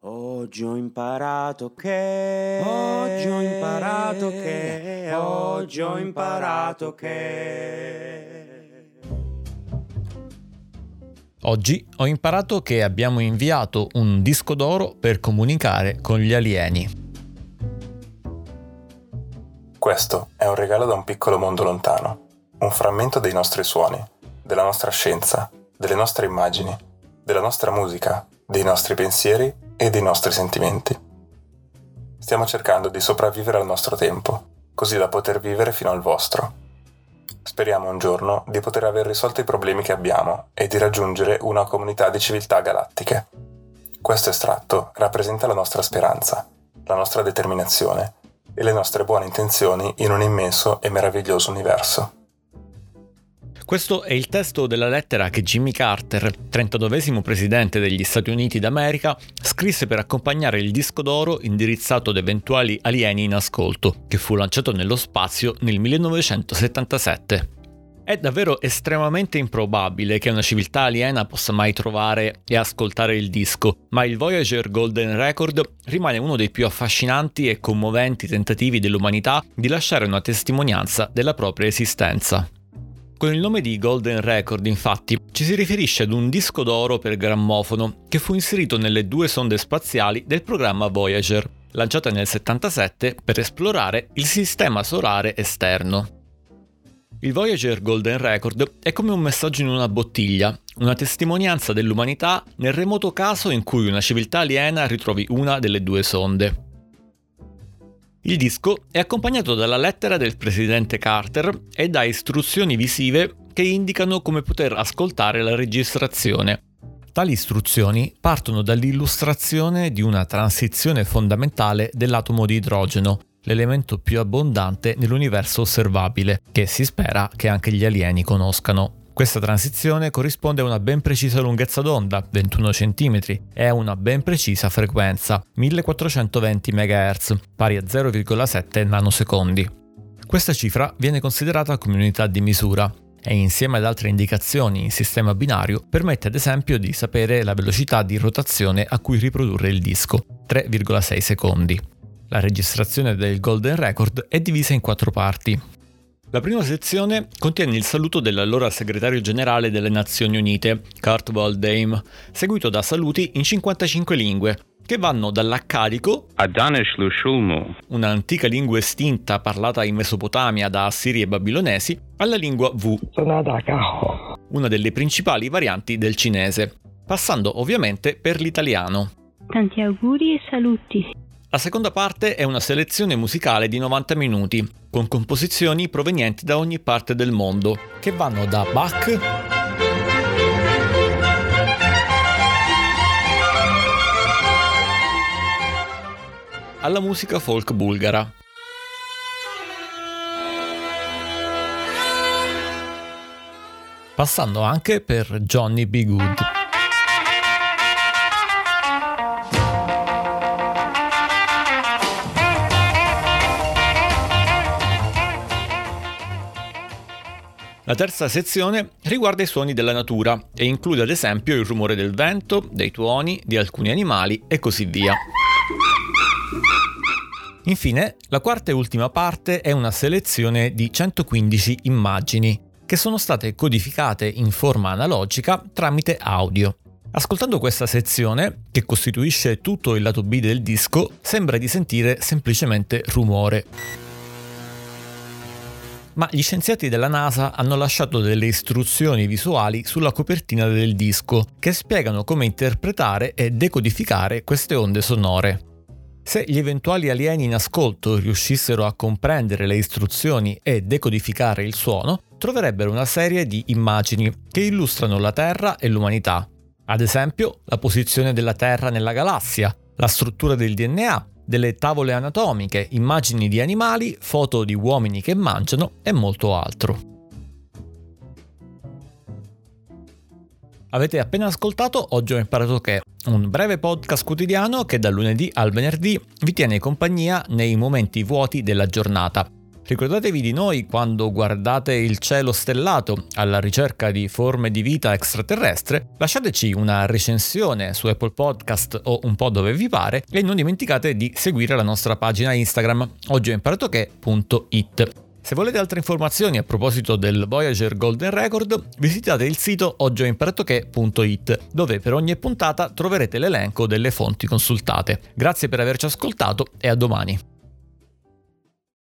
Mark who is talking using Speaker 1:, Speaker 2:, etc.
Speaker 1: Oggi ho imparato che Oggi ho imparato che
Speaker 2: abbiamo inviato un disco d'oro per comunicare con gli alieni.
Speaker 3: Questo è un regalo da un piccolo mondo lontano, un frammento dei nostri suoni, della nostra scienza, delle nostre immagini, della nostra musica, dei nostri pensieri e dei nostri sentimenti. Stiamo cercando di sopravvivere al nostro tempo, così da poter vivere fino al vostro. Speriamo un giorno di poter aver risolto i problemi che abbiamo e di raggiungere una comunità di civiltà galattiche. Questo estratto rappresenta la nostra speranza, la nostra determinazione e le nostre buone intenzioni in un immenso e meraviglioso universo.
Speaker 2: Questo è il testo della lettera che Jimmy Carter, 39esimo presidente degli Stati Uniti d'America, scrisse per accompagnare il disco d'oro indirizzato ad eventuali alieni in ascolto, che fu lanciato nello spazio nel 1977. È davvero estremamente improbabile che una civiltà aliena possa mai trovare e ascoltare il disco, ma il Voyager Golden Record rimane uno dei più affascinanti e commoventi tentativi dell'umanità di lasciare una testimonianza della propria esistenza. Con il nome di Golden Record, infatti, ci si riferisce ad un disco d'oro per grammofono che fu inserito nelle 2 sonde spaziali del programma Voyager, lanciate nel 1977 per esplorare il sistema solare esterno. Il Voyager Golden Record è come un messaggio in una bottiglia, una testimonianza dell'umanità nel remoto caso in cui una civiltà aliena ritrovi una delle 2 sonde. Il disco è accompagnato dalla lettera del presidente Carter e da istruzioni visive che indicano come poter ascoltare la registrazione. Tali istruzioni partono dall'illustrazione di una transizione fondamentale dell'atomo di idrogeno, l'elemento più abbondante nell'universo osservabile, che si spera che anche gli alieni conoscano. Questa transizione corrisponde a una ben precisa lunghezza d'onda, 21 cm, e a una ben precisa frequenza, 1420 MHz, pari a 0,7 nanosecondi. Questa cifra viene considerata come unità di misura e, insieme ad altre indicazioni in sistema binario, permette ad esempio di sapere la velocità di rotazione a cui riprodurre il disco, 3,6 secondi. La registrazione del Golden Record è divisa in 4 parti. La prima sezione contiene il saluto dell'allora segretario generale delle Nazioni Unite, Kurt Waldheim, seguito da saluti in 55 lingue, che vanno dall'accadico, un'antica lingua estinta parlata in Mesopotamia da Assiri e Babilonesi, alla lingua Wu, una delle principali varianti del cinese, passando ovviamente per l'italiano.
Speaker 4: Tanti auguri e saluti.
Speaker 2: La seconda parte è una selezione musicale di 90 minuti, con composizioni provenienti da ogni parte del mondo, che vanno da Bach alla musica folk bulgara. Passando anche per Johnny B. Good. La terza sezione riguarda i suoni della natura e include ad esempio il rumore del vento, dei tuoni, di alcuni animali e così via. Infine, la quarta e ultima parte è una selezione di 115 immagini che sono state codificate in forma analogica tramite audio. Ascoltando questa sezione, che costituisce tutto il lato B del disco, sembra di sentire semplicemente rumore. Ma gli scienziati della NASA hanno lasciato delle istruzioni visuali sulla copertina del disco che spiegano come interpretare e decodificare queste onde sonore. Se gli eventuali alieni in ascolto riuscissero a comprendere le istruzioni e decodificare il suono, troverebbero una serie di immagini che illustrano la Terra e l'umanità. Ad esempio, la posizione della Terra nella galassia, la struttura del DNA, delle tavole anatomiche, immagini di animali, foto di uomini che mangiano e molto altro. Avete appena ascoltato Oggi ho imparato che, un breve podcast quotidiano che dal lunedì al venerdì vi tiene compagnia nei momenti vuoti della giornata. Ricordatevi di noi quando guardate il cielo stellato alla ricerca di forme di vita extraterrestre, lasciateci una recensione su Apple Podcast o un po' dove vi pare e non dimenticate di seguire la nostra pagina Instagram oggihoimparatoche.it. Se volete altre informazioni a proposito del Voyager Golden Record, visitate il sito oggihoimparatoche.it, dove per ogni puntata troverete l'elenco delle fonti consultate. Grazie per averci ascoltato e a domani.